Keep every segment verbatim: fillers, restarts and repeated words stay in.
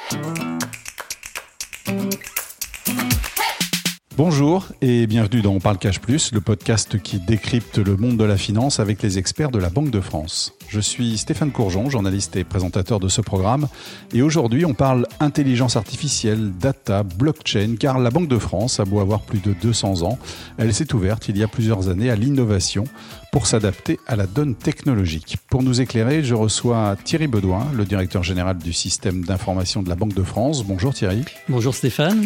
Bonjour et bienvenue dans On parle Cash Plus, le podcast qui décrypte le monde de la finance avec les experts de la Banque de France. Je suis Stéphane Courgeon, journaliste et présentateur de ce programme. Et aujourd'hui, on parle intelligence artificielle, data, blockchain, car la Banque de France a beau avoir plus de deux cents ans, elle s'est ouverte il y a plusieurs années à l'innovation pour s'adapter à la donne technologique. Pour nous éclairer, je reçois Thierry Bedouin, le directeur général du système d'information de la Banque de France. Bonjour Thierry. Bonjour Stéphane.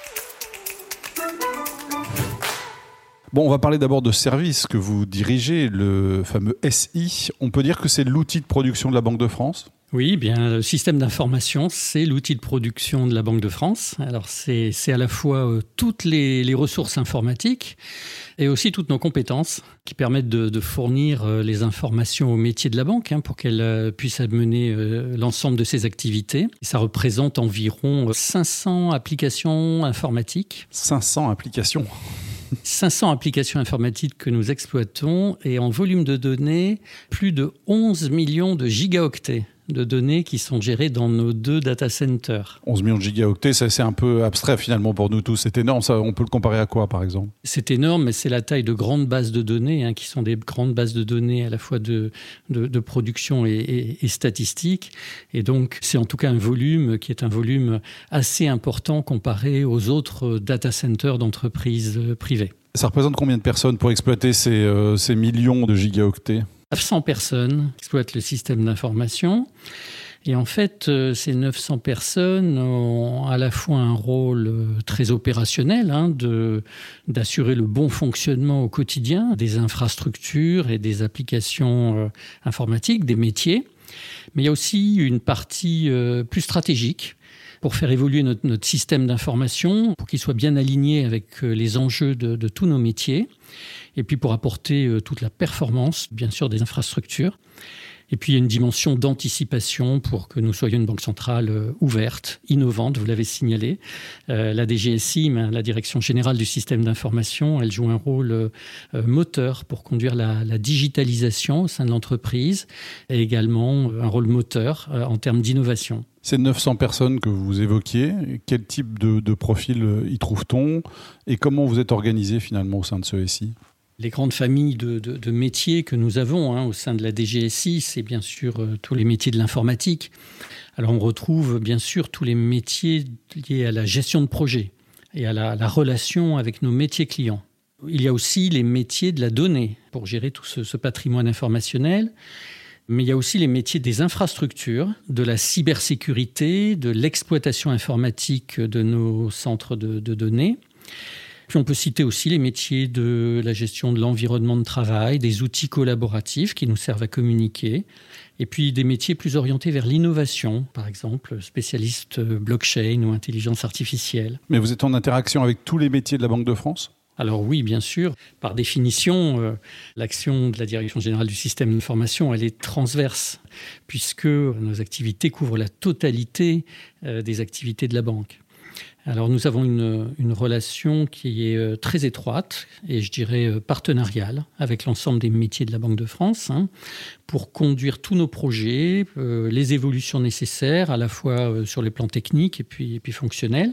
Bon, on va parler d'abord de service que vous dirigez, le fameux S I. On peut dire que c'est l'outil de production de la Banque de France ? Oui, bien, le système d'information, c'est l'outil de production de la Banque de France. Alors, c'est, c'est à la fois euh, toutes les, les ressources informatiques et aussi toutes nos compétences qui permettent de, de fournir euh, les informations aux métiers de la banque hein, pour qu'elle euh, puisse mener euh, l'ensemble de ses activités. Et ça représente environ cinq cents applications informatiques. cinq cents applications cinq cents applications informatiques que nous exploitons et en volume de données, plus de onze millions de gigaoctets de données qui sont gérées dans nos deux data centers. onze millions de gigaoctets, ça, c'est un peu abstrait finalement pour nous tous. C'est énorme, ça, on peut le comparer à quoi par exemple ? C'est énorme, mais c'est la taille de grandes bases de données, hein, qui sont des grandes bases de données à la fois de, de, de production et, et, et statistiques. Et donc, c'est en tout cas un volume qui est un volume assez important comparé aux autres data centers d'entreprises privées. Ça représente combien de personnes pour exploiter ces, euh, ces millions de gigaoctets ? neuf cents personnes exploitent le système d'information. Et en fait, ces neuf cents personnes ont à la fois un rôle très opérationnel hein, de, d'assurer le bon fonctionnement au quotidien des infrastructures et des applications euh, informatiques, des métiers. Mais il y a aussi une partie euh, plus stratégique pour faire évoluer notre, notre système d'information, pour qu'il soit bien aligné avec les enjeux de, de tous nos métiers, et puis pour apporter toute la performance, bien sûr, des infrastructures. Et puis, il y a une dimension d'anticipation pour que nous soyons une banque centrale ouverte, innovante, vous l'avez signalé. Euh, la D G S I, la Direction Générale du Système d'Information, elle joue un rôle euh, moteur pour conduire la, la digitalisation au sein de l'entreprise et également un rôle moteur euh, en termes d'innovation. Ces neuf cents personnes que vous évoquiez, quel type de, de profil y trouve-t-on et comment vous êtes organisé finalement au sein de ce S I ? Les grandes familles de, de, de métiers que nous avons hein, au sein de la D G S I, c'est bien sûr euh, tous les métiers de l'informatique. Alors on retrouve bien sûr tous les métiers liés à la gestion de projet et à la, la relation avec nos métiers clients. Il y a aussi les métiers de la donnée pour gérer tout ce, ce patrimoine informationnel. Mais il y a aussi les métiers des infrastructures, de la cybersécurité, de l'exploitation informatique de nos centres de, de données. Puis on peut citer aussi les métiers de la gestion de l'environnement de travail, des outils collaboratifs qui nous servent à communiquer, et puis des métiers plus orientés vers l'innovation, par exemple spécialistes blockchain ou intelligence artificielle. Mais vous êtes en interaction avec tous les métiers de la Banque de France ? Alors oui, bien sûr. Par définition, euh, l'action de la Direction Générale du Système d'Information, elle est transverse, puisque nos activités couvrent la totalité euh, des activités de la banque. Alors nous avons une, une relation qui est très étroite et je dirais partenariale avec l'ensemble des métiers de la Banque de France hein, pour conduire tous nos projets, euh, les évolutions nécessaires à la fois euh, sur les plans techniques et puis, et puis fonctionnels.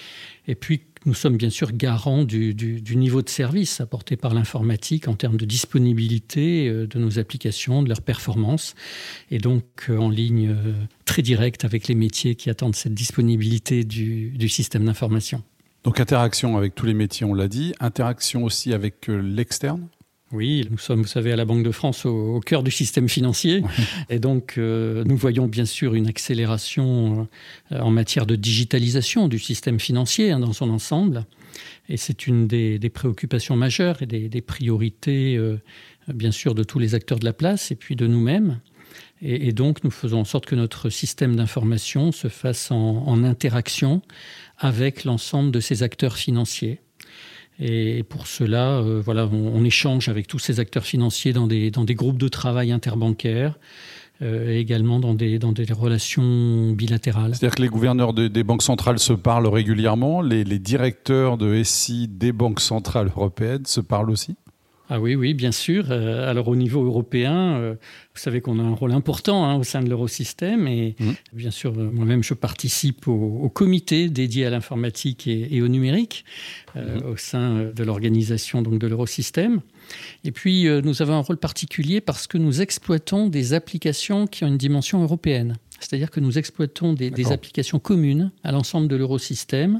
Et puis nous sommes bien sûr garants du, du, du niveau de service apporté par l'informatique en termes de disponibilité euh, de nos applications, de leur performance et donc euh, en ligne euh, très directe avec les métiers qui attendent cette disponibilité du, du système d'information. Donc interaction avec tous les métiers, on l'a dit, interaction aussi avec euh, l'externe ? Oui, nous sommes, vous savez, à la Banque de France au, au cœur du système financier. Oui. Et donc, euh, nous voyons bien sûr une accélération euh, en matière de digitalisation du système financier hein, dans son ensemble. Et c'est une des, des préoccupations majeures et des, des priorités, euh, bien sûr, de tous les acteurs de la place et puis de nous-mêmes. Et, et donc, nous faisons en sorte que notre système d'information se fasse en, en interaction avec l'ensemble de ces acteurs financiers. Et pour cela, euh, voilà, on, on échange avec tous ces acteurs financiers dans des, dans des groupes de travail interbancaires, euh, et également dans des, dans des relations bilatérales. C'est-à-dire que les gouverneurs de, des banques centrales se parlent régulièrement, les, les directeurs de S I des banques centrales européennes se parlent aussi ? Ah oui, oui, bien sûr. Euh, alors au niveau européen, euh, vous savez qu'on a un rôle important hein, au sein de l'Eurosystème et mmh. bien sûr, euh, moi-même, je participe au, au comité dédié à l'informatique et, et au numérique euh, mmh. au sein de l'organisation donc, de l'Eurosystème. Et puis, euh, nous avons un rôle particulier parce que nous exploitons des applications qui ont une dimension européenne. C'est-à-dire que nous exploitons des, des applications communes à l'ensemble de l'Eurosystème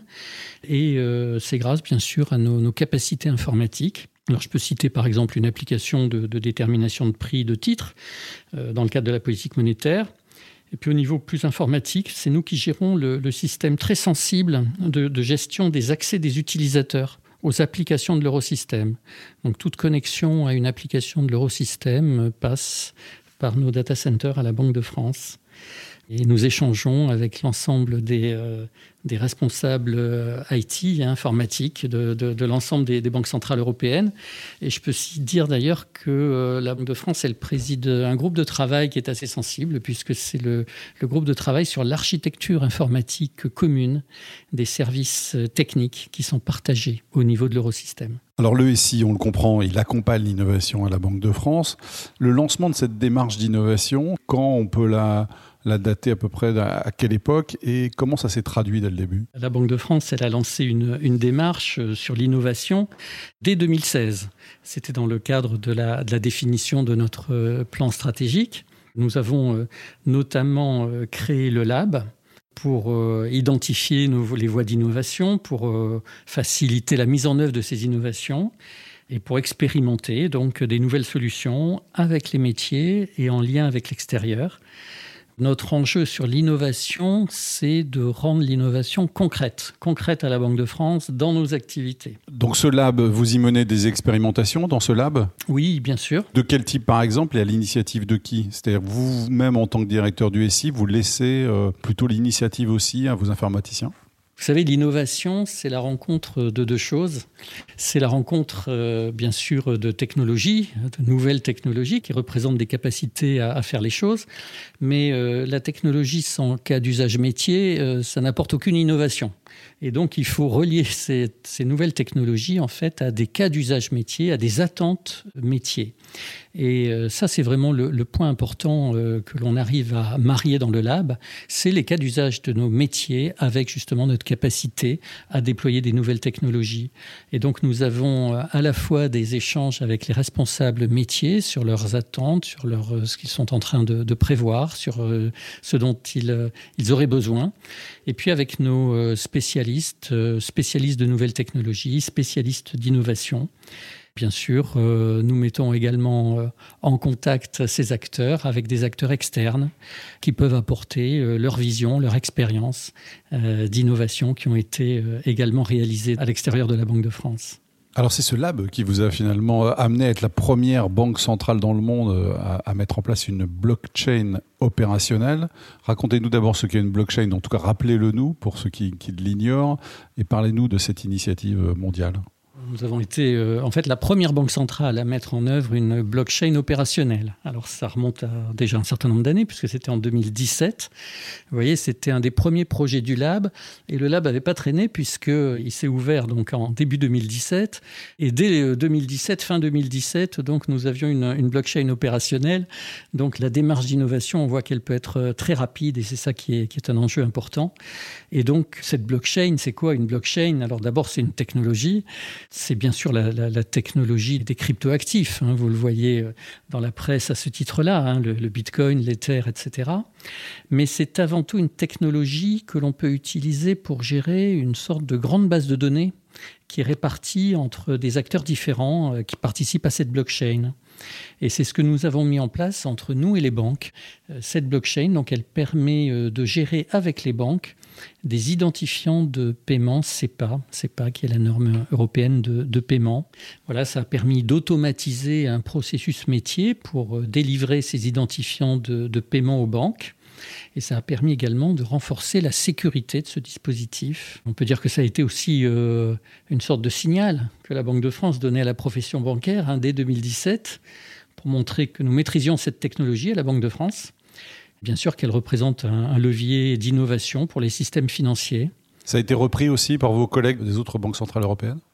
et euh, c'est grâce, bien sûr, à nos, nos capacités informatiques. Alors, je peux citer par exemple une application de, de détermination de prix de titres euh, dans le cadre de la politique monétaire. Et puis au niveau plus informatique, c'est nous qui gérons le, le système très sensible de, de gestion des accès des utilisateurs aux applications de l'Eurosystème. Donc toute connexion à une application de l'Eurosystème passe par nos data centers à la Banque de France. Et nous échangeons avec l'ensemble des, euh, des responsables euh, I T, hein, informatiques, de, de, de l'ensemble des, des banques centrales européennes. Et je peux aussi dire d'ailleurs que euh, la Banque de France, elle préside un groupe de travail qui est assez sensible, puisque c'est le, le groupe de travail sur l'architecture informatique commune des services techniques qui sont partagés au niveau de l'Eurosystème. Alors l'E S I, on le comprend, il accompagne l'innovation à la Banque de France. Le lancement de cette démarche d'innovation, quand on peut la... la dater à peu près à quelle époque et comment ça s'est traduit dès le début ? La Banque de France, elle a lancé une, une démarche sur l'innovation dès deux mille seize. C'était dans le cadre de la, de la définition de notre plan stratégique. Nous avons notamment créé le Lab pour euh, identifier nos, les voies d'innovation, pour euh, faciliter la mise en œuvre de ces innovations et pour expérimenter donc des nouvelles solutions avec les métiers et en lien avec l'extérieur. Notre enjeu sur l'innovation, c'est de rendre l'innovation concrète, concrète à la Banque de France dans nos activités. Donc ce lab, vous y menez des expérimentations dans ce lab ? Oui, bien sûr. De quel type par exemple et à l'initiative de qui ? C'est-à-dire vous-même en tant que directeur du S I, vous laissez euh, plutôt l'initiative aussi à vos informaticiens ? Vous savez, l'innovation, c'est la rencontre de deux choses. C'est la rencontre, euh, bien sûr, de technologies, de nouvelles technologies qui représentent des capacités à, à faire les choses. Mais euh, la technologie sans cas d'usage métier, euh, ça n'apporte aucune innovation. Et donc, il faut relier ces, ces nouvelles technologies, en fait, à des cas d'usage métier, à des attentes métiers. Et euh, ça, c'est vraiment le, le point important euh, que l'on arrive à marier dans le lab. C'est les cas d'usage de nos métiers avec, justement, notre capacité à déployer des nouvelles technologies. Et donc, nous avons euh, à la fois des échanges avec les responsables métiers sur leurs attentes, sur leur, euh, ce qu'ils sont en train de, de prévoir, sur euh, ce dont ils, euh, ils auraient besoin. Et puis, avec nos euh, spécialistes, euh, spécialistes de nouvelles technologies, spécialistes d'innovation. Bien sûr, euh, nous mettons également euh, en contact ces acteurs avec des acteurs externes qui peuvent apporter euh, leur vision, leur expérience euh, d'innovation qui ont été euh, également réalisées à l'extérieur de la Banque de France. Alors c'est ce lab qui vous a finalement amené à être la première banque centrale dans le monde à, à mettre en place une blockchain opérationnelle. Racontez-nous d'abord ce qu'est une blockchain, en tout cas rappelez-le nous pour ceux qui, qui l'ignorent, et parlez-nous de cette initiative mondiale. Nous avons été euh, en fait la première banque centrale à mettre en œuvre une blockchain opérationnelle. Alors ça remonte à déjà un certain nombre d'années puisque c'était en deux mille dix-sept. Vous voyez, c'était un des premiers projets du lab et le lab n'avait pas traîné puisqu'il s'est ouvert donc en début deux mille dix-sept et dès deux mille dix-sept, fin deux mille dix-sept, donc nous avions une, une blockchain opérationnelle. Donc la démarche d'innovation, on voit qu'elle peut être très rapide et c'est ça qui est, qui est un enjeu important. Et donc cette blockchain, c'est quoi une blockchain ? Alors d'abord c'est une technologie. C'est bien sûr la, la, la technologie des cryptoactifs. Hein, vous le voyez dans la presse à ce titre-là, hein, le, le Bitcoin, l'Ether, et cetera. Mais c'est avant tout une technologie que l'on peut utiliser pour gérer une sorte de grande base de données qui est répartie entre des acteurs différents euh, qui participent à cette blockchain. Et c'est ce que nous avons mis en place entre nous et les banques. Cette blockchain, donc, elle permet de gérer avec les banques des identifiants de paiement C E P A, C E P A qui est la norme européenne de, de paiement. Voilà, ça a permis d'automatiser un processus métier pour délivrer ces identifiants de, de paiement aux banques. Et ça a permis également de renforcer la sécurité de ce dispositif. On peut dire que ça a été aussi euh, une sorte de signal que la Banque de France donnait à la profession bancaire hein, dès deux mille dix-sept pour montrer que nous maîtrisions cette technologie à la Banque de France. Bien sûr qu'elle représente un, un levier d'innovation pour les systèmes financiers. Ça a été repris aussi par vos collègues des autres banques centrales européennes ?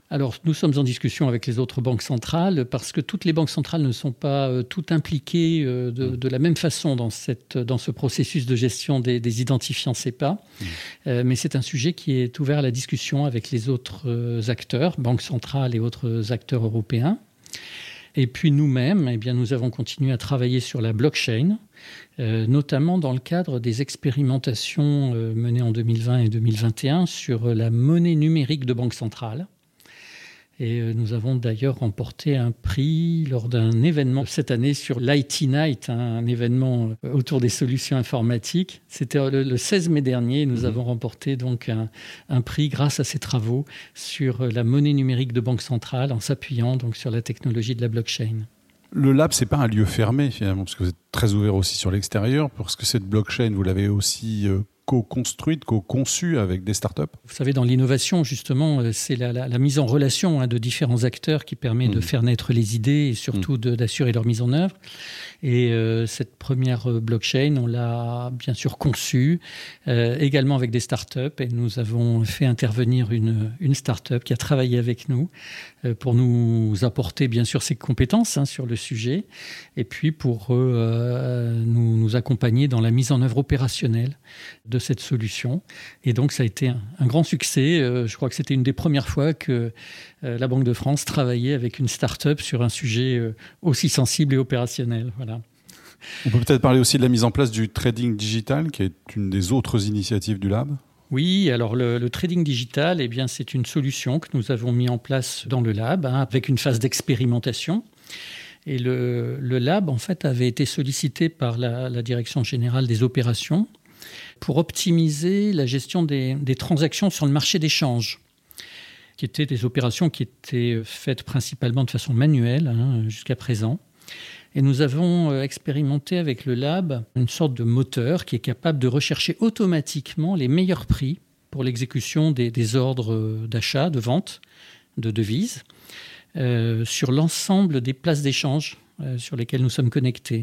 Alors, nous sommes en discussion avec les autres banques centrales parce que toutes les banques centrales ne sont pas euh, toutes impliquées euh, de, de la même façon dans, cette, dans ce processus de gestion des, des identifiants S E P A. Mmh. Euh, mais c'est un sujet qui est ouvert à la discussion avec les autres euh, acteurs, banques centrales et autres acteurs européens. Et puis nous-mêmes, eh bien, nous avons continué à travailler sur la blockchain, euh, notamment dans le cadre des expérimentations euh, menées en deux mille vingt et deux mille vingt et un sur la monnaie numérique de banque centrale. Et nous avons d'ailleurs remporté un prix lors d'un événement cette année sur l'I T Night, un événement autour des solutions informatiques. C'était le seize mai dernier. Nous mmh. avons remporté donc un, un prix grâce à ces travaux sur la monnaie numérique de banque centrale en s'appuyant donc sur la technologie de la blockchain. Le lab, c'est pas un lieu fermé finalement, parce que vous êtes très ouvert aussi sur l'extérieur, parce que cette blockchain, vous l'avez aussi euh, co-construite, co-conçue avec des startups. Vous savez, dans l'innovation, justement, c'est la, la, la mise en relation hein, de différents acteurs qui permet mmh. de faire naître les idées et surtout mmh. de, d'assurer leur mise en œuvre. Et euh, cette première blockchain, on l'a bien sûr conçue, euh, également avec des startups. Et nous avons fait intervenir une, une startup qui a travaillé avec nous euh, pour nous apporter bien sûr ses compétences hein, sur le sujet et puis pour euh, nous, nous accompagner dans la mise en œuvre opérationnelle de cette solution. Et donc, ça a été un, un grand succès. Euh, je crois que c'était une des premières fois que euh, la Banque de France travaillait avec une start-up sur un sujet euh, aussi sensible et opérationnel. Voilà. On peut peut-être parler aussi de la mise en place du trading digital, qui est une des autres initiatives du Lab. Oui, alors le, le trading digital, eh bien, c'est une solution que nous avons mis en place dans le Lab, hein, avec une phase d'expérimentation. Et le, le Lab, en fait, avait été sollicité par la, la Direction générale des opérations pour optimiser la gestion des, des transactions sur le marché d'échange, qui étaient des opérations qui étaient faites principalement de façon manuelle hein, jusqu'à présent. Et nous avons expérimenté avec le Lab une sorte de moteur qui est capable de rechercher automatiquement les meilleurs prix pour l'exécution des, des ordres d'achat, de vente, de devises, euh, sur l'ensemble des places d'échange euh, sur lesquelles nous sommes connectés.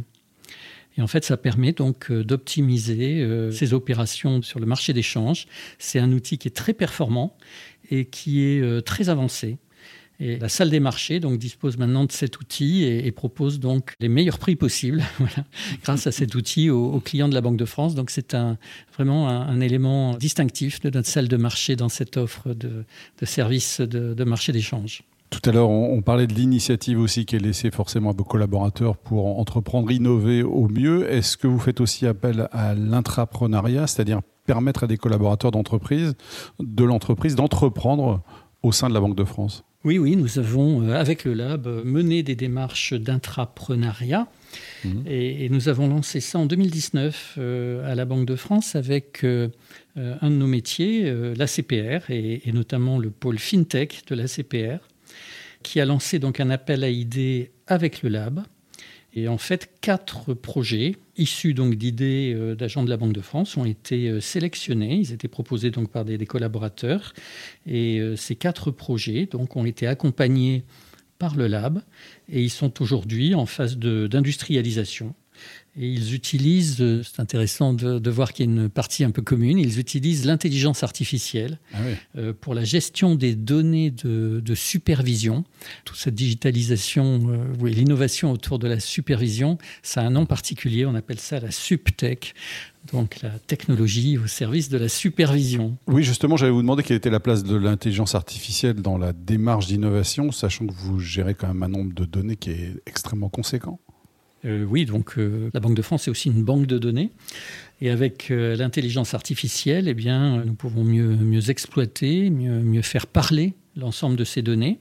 Et en fait, ça permet donc d'optimiser euh, ces opérations sur le marché d'échange. C'est un outil qui est très performant et qui est euh, très avancé. Et la salle des marchés donc, dispose maintenant de cet outil et, et propose donc les meilleurs prix possibles voilà, grâce à cet outil aux, aux clients de la Banque de France. Donc c'est un, vraiment un, un élément distinctif de notre salle de marché dans cette offre de, de services de, de marché d'échange. Tout à l'heure, on parlait de l'initiative aussi qui est laissée forcément à vos collaborateurs pour entreprendre, innover au mieux. Est-ce que vous faites aussi appel à l'intrapreneuriat, c'est-à-dire permettre à des collaborateurs d'entreprise, de l'entreprise, d'entreprendre au sein de la Banque de France ? Oui, oui, nous avons, avec le Lab, mené des démarches d'intrapreneuriat. Mmh. Et, et nous avons lancé ça en deux mille dix-neuf euh, à la Banque de France avec euh, un de nos métiers, euh, l'A C P R, et, et notamment le pôle FinTech de l'A C P R, qui a lancé donc un appel à idées avec le Lab. Et en fait, quatre projets issus donc d'idées euh, d'agents de la Banque de France ont été euh, sélectionnés. Ils étaient proposés donc par des, des collaborateurs. Et euh, ces quatre projets donc, ont été accompagnés par le Lab. Et ils sont aujourd'hui en phase de, d'industrialisation. Et ils utilisent, c'est intéressant de, de voir qu'il y a une partie un peu commune, ils utilisent l'intelligence artificielle ah oui. euh, pour la gestion des données de, de supervision. Toute cette digitalisation, euh, oui, l'innovation autour de la supervision, ça a un nom particulier, on appelle ça la SupTech, donc la technologie au service de la supervision. Oui, justement, j'allais vous demander quelle était la place de l'intelligence artificielle dans la démarche d'innovation, sachant que vous gérez quand même un nombre de données qui est extrêmement conséquent. Euh, oui, donc euh, la Banque de France est aussi une banque de données. Et avec euh, l'intelligence artificielle, eh bien, nous pouvons mieux, mieux exploiter, mieux, mieux faire parler l'ensemble de ces données.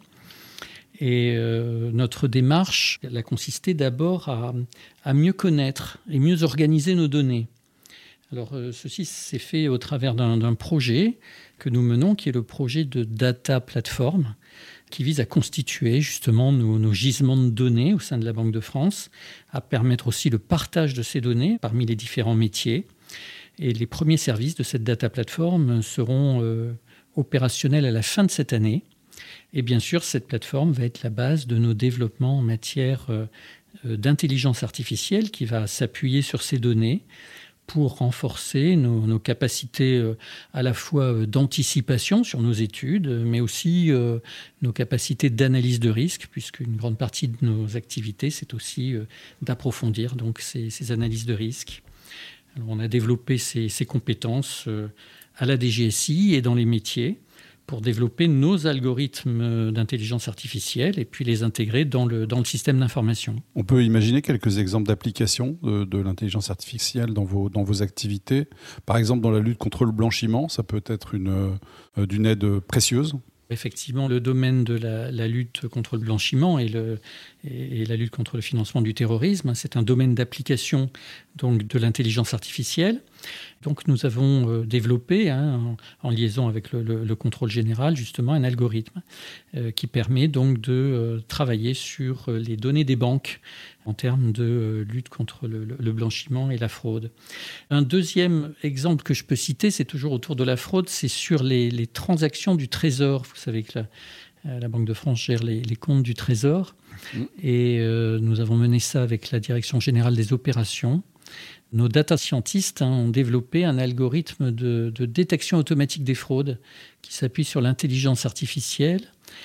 Et euh, notre démarche, elle a consisté d'abord à, à mieux connaître et mieux organiser nos données. Alors, euh, ceci s'est fait au travers d'un, d'un projet que nous menons, qui est le projet de Data Platform, qui vise à constituer justement nos, nos gisements de données au sein de la Banque de France, à permettre aussi le partage de ces données parmi les différents métiers. Et les premiers services de cette data platform seront euh, opérationnels à la fin de cette année. Et bien sûr, cette plateforme va être la base de nos développements en matière euh, d'intelligence artificielle qui va s'appuyer sur ces données pour renforcer nos, nos capacités euh, à la fois euh, d'anticipation sur nos études, mais aussi euh, nos capacités d'analyse de risque, puisqu'une grande partie de nos activités, c'est aussi euh, d'approfondir donc, ces, ces analyses de risque. Alors, on a développé ces, ces compétences euh, à la D G S I et dans les métiers pour développer nos algorithmes d'intelligence artificielle et puis les intégrer dans le, dans le système d'information. On peut imaginer quelques exemples d'application de, de l'intelligence artificielle dans vos, dans vos activités. Par exemple, dans la lutte contre le blanchiment, ça peut être une, euh, d'une aide précieuse. Effectivement, le domaine de la, la lutte contre le blanchiment et, le, et, et la lutte contre le financement du terrorisme, c'est un domaine d'application donc, de l'intelligence artificielle. Donc nous avons euh, développé, hein, en, en liaison avec le, le, le contrôle général, justement un algorithme euh, qui permet donc de euh, travailler sur euh, les données des banques en termes de euh, lutte contre le, le blanchiment et la fraude. Un deuxième exemple que je peux citer, c'est toujours autour de la fraude, c'est sur les, les transactions du Trésor. Vous savez que la, la Banque de France gère les, les comptes du Trésor mmh. et euh, nous avons mené ça avec la Direction générale des opérations. Nos data scientists hein, ont développé un algorithme de, de détection automatique des fraudes qui s'appuie sur l'intelligence artificielle.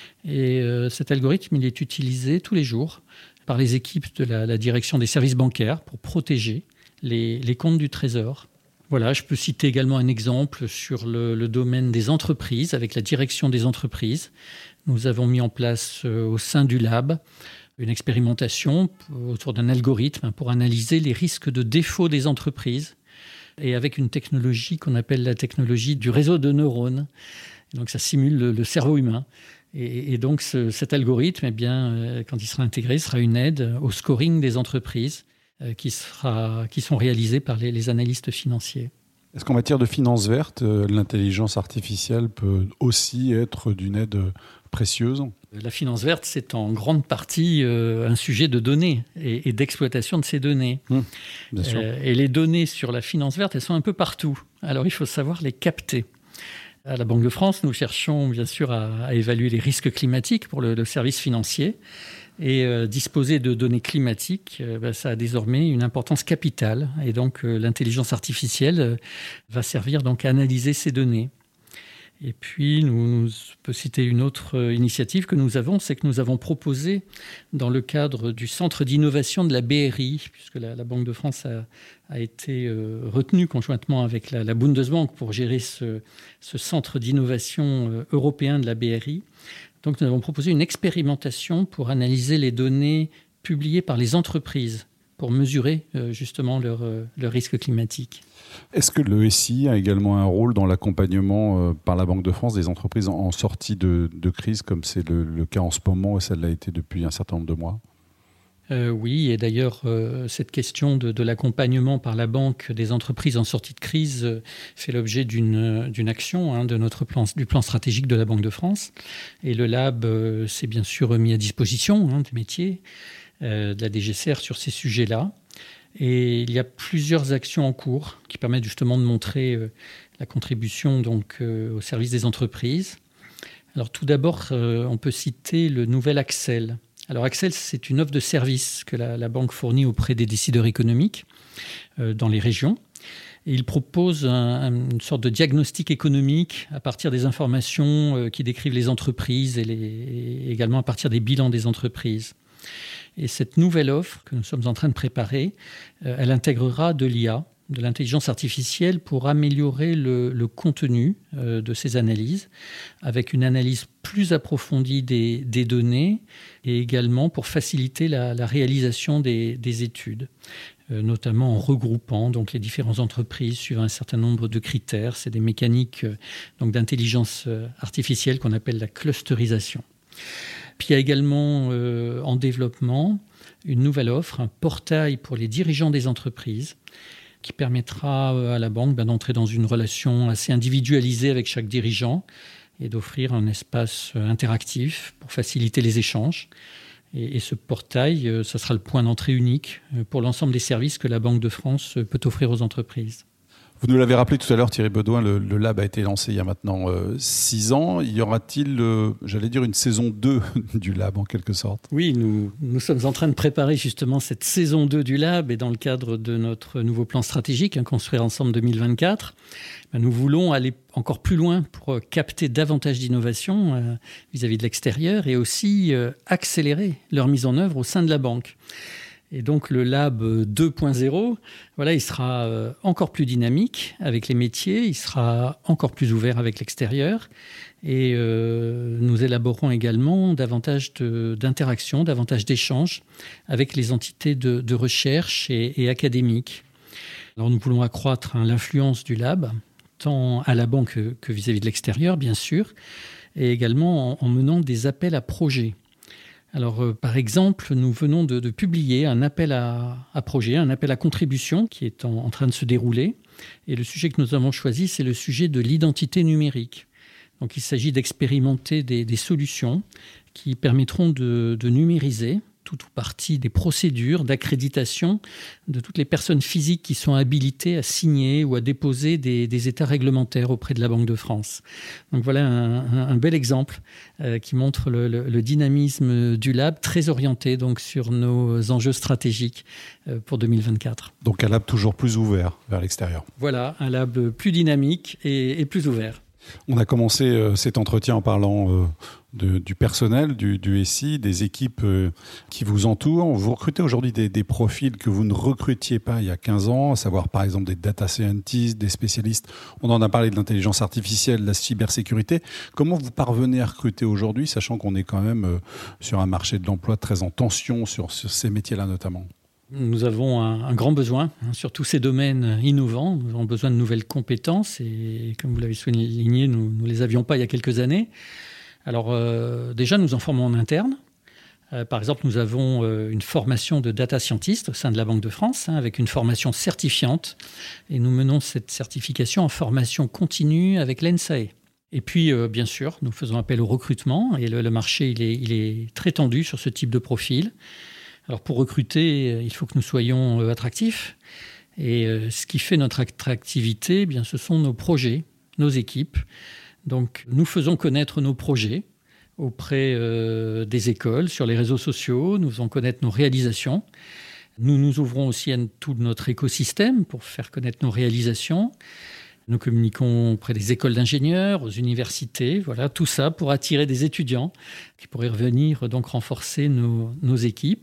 Et euh, cet algorithme, il est utilisé tous les jours par les équipes de la, la direction des services bancaires pour protéger les, les comptes du Trésor. Voilà, je peux citer également un exemple sur le, le domaine des entreprises, avec la direction des entreprises. Nous avons mis en place euh, au sein du lab une expérimentation autour d'un algorithme pour analyser les risques de défaut des entreprises et avec une technologie qu'on appelle la technologie du réseau de neurones. Donc ça simule le, le cerveau humain. Et, et donc ce, cet algorithme, eh bien, quand il sera intégré, sera une aide au scoring des entreprises euh, qui, sera, qui sont réalisées par les, les analystes financiers. Est-ce qu'en matière de finances vertes, l'intelligence artificielle peut aussi être d'une aide précieuse ? La finance verte, c'est en grande partie euh, un sujet de données et, et d'exploitation de ces données. Mmh, bien sûr. Euh, et les données sur la finance verte, elles sont un peu partout. Alors, il faut savoir les capter. À la Banque de France, nous cherchons bien sûr à, à évaluer les risques climatiques pour le, le service financier. Et euh, disposer de données climatiques, euh, ben, ça a désormais une importance capitale. Et donc, euh, l'intelligence artificielle euh, va servir donc à analyser ces données. Et puis, nous, nous peut citer une autre initiative que nous avons, c'est que nous avons proposé, dans le cadre du centre d'innovation de la B R I, puisque la, la Banque de France a, a été euh, retenue conjointement avec la, la Bundesbank pour gérer ce, ce centre d'innovation euh, européen de la B R I. Donc, nous avons proposé une expérimentation pour analyser les données publiées par les entreprises pour mesurer euh, justement leur, euh, leur risque climatique. Est-ce que le S I a également un rôle dans l'accompagnement euh, par la Banque de France des entreprises en, en sortie de, de crise, comme c'est le, le cas en ce moment et ça l'a été depuis un certain nombre de mois ? Euh, oui, et d'ailleurs, euh, cette question de, de l'accompagnement par la banque des entreprises en sortie de crise euh, fait l'objet d'une, d'une action hein, de notre plan, du plan stratégique de la Banque de France. Et le lab euh, s'est bien sûr mis à disposition hein, des métiers euh, de la D G C R sur ces sujets-là. Et il y a plusieurs actions en cours qui permettent justement de montrer euh, la contribution donc, euh, au service des entreprises. Alors tout d'abord, euh, on peut citer le nouvel Axel. Alors Axel, c'est une offre de service que la, la banque fournit auprès des décideurs économiques euh, dans les régions. Et il propose un, une sorte de diagnostic économique à partir des informations euh, qui décrivent les entreprises et, les, et également à partir des bilans des entreprises. Et cette nouvelle offre que nous sommes en train de préparer, euh, elle intégrera de l'I A, de l'intelligence artificielle pour améliorer le, le contenu euh, de ces analyses, avec une analyse plus approfondie des, des données et également pour faciliter la, la réalisation des, des études, euh, notamment en regroupant donc, les différentes entreprises suivant un certain nombre de critères. C'est des mécaniques euh, donc, d'intelligence artificielle qu'on appelle la clusterisation. Puis il y a également euh, en développement une nouvelle offre, un portail pour les dirigeants des entreprises, qui permettra à la banque ben, d'entrer dans une relation assez individualisée avec chaque dirigeant et d'offrir un espace interactif pour faciliter les échanges. Et, et ce portail, ça sera le point d'entrée unique pour l'ensemble des services que la Banque de France peut offrir aux entreprises. Vous nous l'avez rappelé tout à l'heure, Thierry Beaudoin, le, le lab a été lancé il y a maintenant euh, six ans. Y aura-t-il, euh, j'allais dire, une saison deux du lab en quelque sorte ? Oui, nous, nous sommes en train de préparer justement cette saison deux du lab et dans le cadre de notre nouveau plan stratégique, hein, Construire ensemble deux mille vingt-quatre, ben, nous voulons aller encore plus loin pour euh, capter davantage d'innovations euh, vis-à-vis de l'extérieur et aussi euh, accélérer leur mise en œuvre au sein de la banque. Et donc le Lab deux point zéro, voilà, il sera encore plus dynamique avec les métiers, il sera encore plus ouvert avec l'extérieur. Et euh, nous élaborons également davantage de, d'interactions, davantage d'échanges avec les entités de, de recherche et, et académiques. Alors nous voulons accroître hein, l'influence du Lab, tant à la banque que, que vis-à-vis de l'extérieur, bien sûr, et également en, en menant des appels à projets. Alors, euh, par exemple, nous venons de, de publier un appel à, à projet, un appel à contribution qui est en, en train de se dérouler. Et le sujet que nous avons choisi, c'est le sujet de l'identité numérique. Donc, il s'agit d'expérimenter des, des solutions qui permettront de, de numériser tout ou partie des procédures d'accréditation de toutes les personnes physiques qui sont habilitées à signer ou à déposer des, des états réglementaires auprès de la Banque de France. Donc voilà un, un, un bel exemple euh, qui montre le, le, le dynamisme du Lab, très orienté donc sur nos enjeux stratégiques euh, pour deux mille vingt-quatre. Donc un Lab toujours plus ouvert vers l'extérieur. Voilà, un Lab plus dynamique et, et plus ouvert. On a commencé euh, cet entretien en parlant euh, de, du personnel, du, du S I, des équipes euh, qui vous entourent. Vous recrutez aujourd'hui des, des profils que vous ne recrutiez pas il y a quinze ans, à savoir par exemple des data scientists, des spécialistes. On en a parlé de l'intelligence artificielle, de la cybersécurité. Comment vous parvenez à recruter aujourd'hui, sachant qu'on est quand même euh, sur un marché de l'emploi très en tension sur, sur ces métiers-là notamment ? Nous avons un, un grand besoin hein, sur tous ces domaines innovants. Nous avons besoin de nouvelles compétences et, comme vous l'avez souligné, nous ne les avions pas il y a quelques années. Alors euh, déjà, nous en formons en interne. Euh, par exemple, nous avons euh, une formation de data scientist au sein de la Banque de France hein, avec une formation certifiante. Et nous menons cette certification en formation continue avec l'E N S A E. Et puis, euh, bien sûr, nous faisons appel au recrutement et le, le marché il est, il est très tendu sur ce type de profil. Alors pour recruter, il faut que nous soyons attractifs. Et ce qui fait notre attractivité, eh bien, ce sont nos projets, nos équipes. Donc nous faisons connaître nos projets auprès euh, des écoles, sur les réseaux sociaux. Nous faisons connaître nos réalisations. Nous nous ouvrons aussi à tout notre écosystème pour faire connaître nos réalisations. Nous communiquons auprès des écoles d'ingénieurs, aux universités, voilà, tout ça pour attirer des étudiants qui pourraient revenir donc renforcer nos, nos équipes.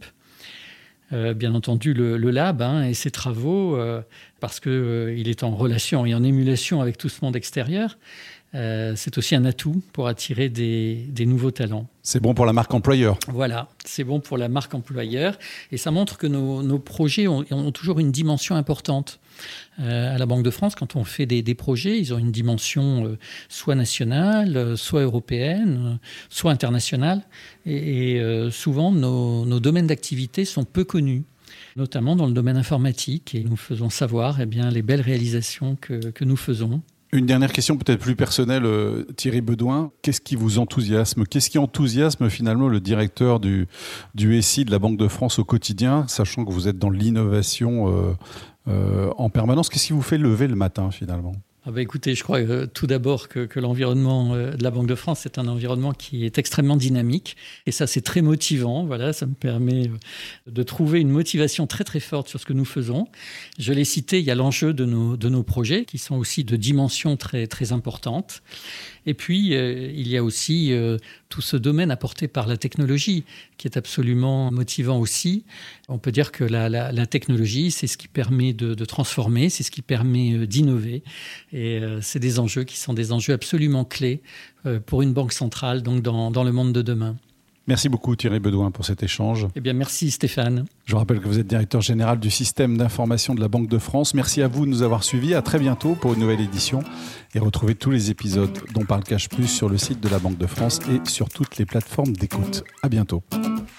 Euh, bien entendu, le, le Lab hein, et ses travaux, euh, parce qu'il euh, est en relation et en émulation avec tout ce monde extérieur, euh, c'est aussi un atout pour attirer des, des nouveaux talents. C'est bon pour la marque employeur. Voilà, c'est bon pour la marque employeur. Et ça montre que nos, nos projets ont, ont toujours une dimension importante. Euh, à la Banque de France, quand on fait des, des projets, ils ont une dimension euh, soit nationale, euh, soit européenne, euh, soit internationale. Et, et euh, souvent, nos, nos domaines d'activité sont peu connus, notamment dans le domaine informatique. Et nous faisons savoir eh bien, les belles réalisations que, que nous faisons. Une dernière question peut-être plus personnelle, euh, Thierry Beaudoin. Qu'est-ce qui vous enthousiasme ? Qu'est-ce qui enthousiasme finalement le directeur du, du S I de la Banque de France au quotidien, sachant que vous êtes dans l'innovation euh, euh, en permanence ? Qu'est-ce qui vous fait lever le matin finalement ? Ah bah écoutez, je crois euh, tout d'abord que, que l'environnement euh, de la Banque de France, c'est un environnement qui est extrêmement dynamique. Et ça, c'est très motivant. Voilà, ça me permet euh, de trouver une motivation très, très forte sur ce que nous faisons. Je l'ai cité, il y a l'enjeu de nos, de nos projets qui sont aussi de dimensions très, très importantes. Et puis, euh, il y a aussi euh, tout ce domaine apporté par la technologie qui est absolument motivant aussi. On peut dire que la, la, la technologie, c'est ce qui permet de, de transformer, c'est ce qui permet euh, d'innover. Et euh, c'est des enjeux qui sont des enjeux absolument clés euh, pour une banque centrale, donc dans, dans le monde de demain. Merci beaucoup Thierry Beaudoin pour cet échange. Eh bien, merci Stéphane. Je rappelle que vous êtes directeur général du système d'information de la Banque de France. Merci à vous de nous avoir suivis. À très bientôt pour une nouvelle édition. Et retrouvez tous les épisodes dont parle Cash Plus sur le site de la Banque de France et sur toutes les plateformes d'écoute. À bientôt.